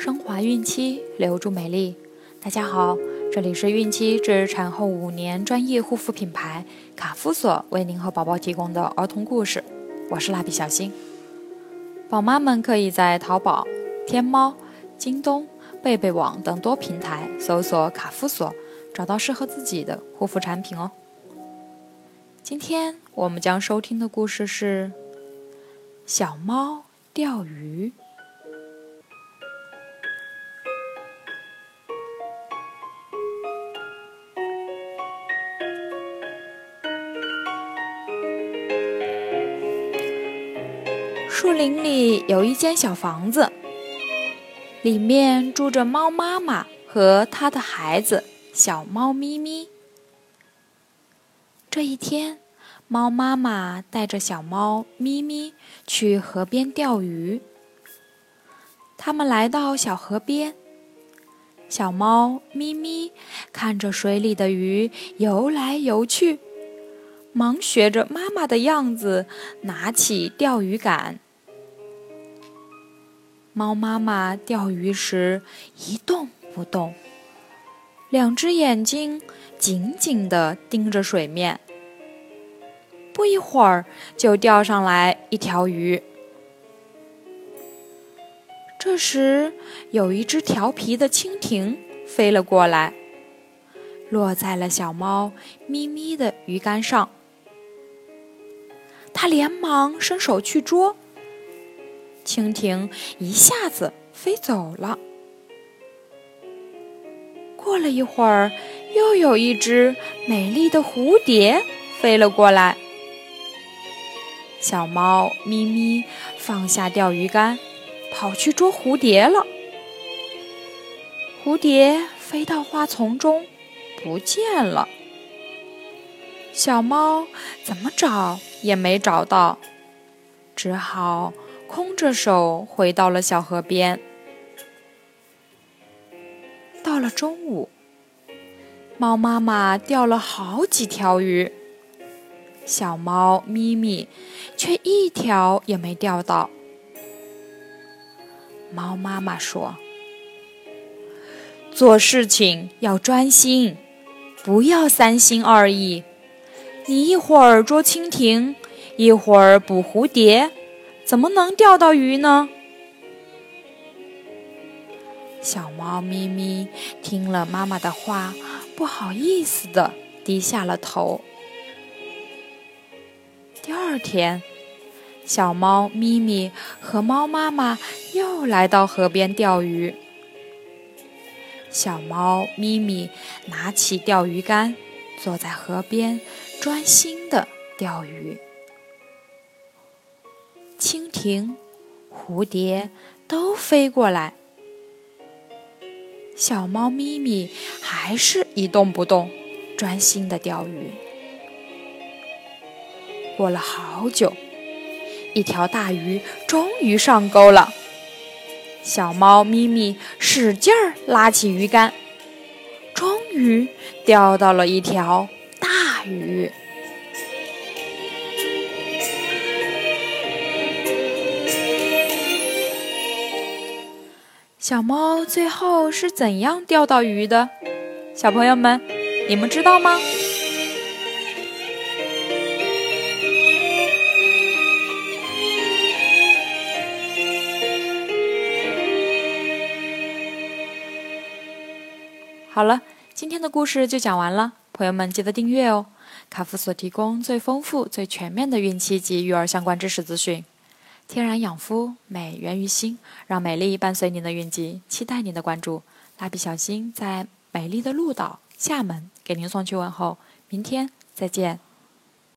升华孕期，留住美丽。大家好，这里是孕期至产后5年专业护肤品牌卡夫索为您和宝宝提供的儿童故事，我是蜡笔小新。宝妈们可以在淘宝、天猫、京东、贝贝网等多平台搜索卡夫索，找到适合自己的护肤产品哦。今天我们将收听的故事是小猫钓鱼。树林里有一间小房子，里面住着猫妈妈和她的孩子小猫咪咪。这一天，猫妈妈带着小猫咪咪去河边钓鱼。他们来到小河边，小猫咪咪看着水里的鱼游来游去，忙学着妈妈的样子，拿起钓鱼竿。猫妈妈钓鱼时一动不动，两只眼睛紧紧地盯着水面。不一会儿就钓上来一条鱼。这时，有一只调皮的蜻蜓飞了过来，落在了小猫咪咪的鱼竿上。它连忙伸手去捉，蜻蜓一下子飞走了。过了一会儿，又有一只美丽的蝴蝶飞了过来。小猫咪咪放下钓鱼竿，跑去捉蝴蝶了。蝴蝶飞到花丛中不见了，小猫怎么找也没找到，只好空着手回到了小河边。到了中午，猫妈妈钓了好几条鱼，小猫咪咪却一条也没钓到。猫妈妈说：“做事情要专心，不要三心二意。你一会儿捉蜻蜓，一会儿捕蝴蝶，怎么能钓到鱼呢？”小猫咪咪听了妈妈的话，不好意思地低下了头。第二天，小猫咪咪和猫妈妈又来到河边钓鱼。小猫咪咪拿起钓鱼竿，坐在河边专心地钓鱼。蜻蜓、蝴蝶都飞过来，小猫咪咪还是一动不动，专心地钓鱼。过了好久，一条大鱼终于上钩了。小猫咪咪使劲儿拉起鱼竿，终于钓到了一条大鱼。小猫最后是怎样钓到鱼的？小朋友们，你们知道吗？好了，今天的故事就讲完了，朋友们记得订阅哦。卡夫所提供最丰富、最全面的孕期及育儿相关知识资讯。天然养肤，美源于心，让美丽伴随您的孕期，期待您的关注。蜡笔小新在美丽的鹭岛厦门给您送去问候，明天再见。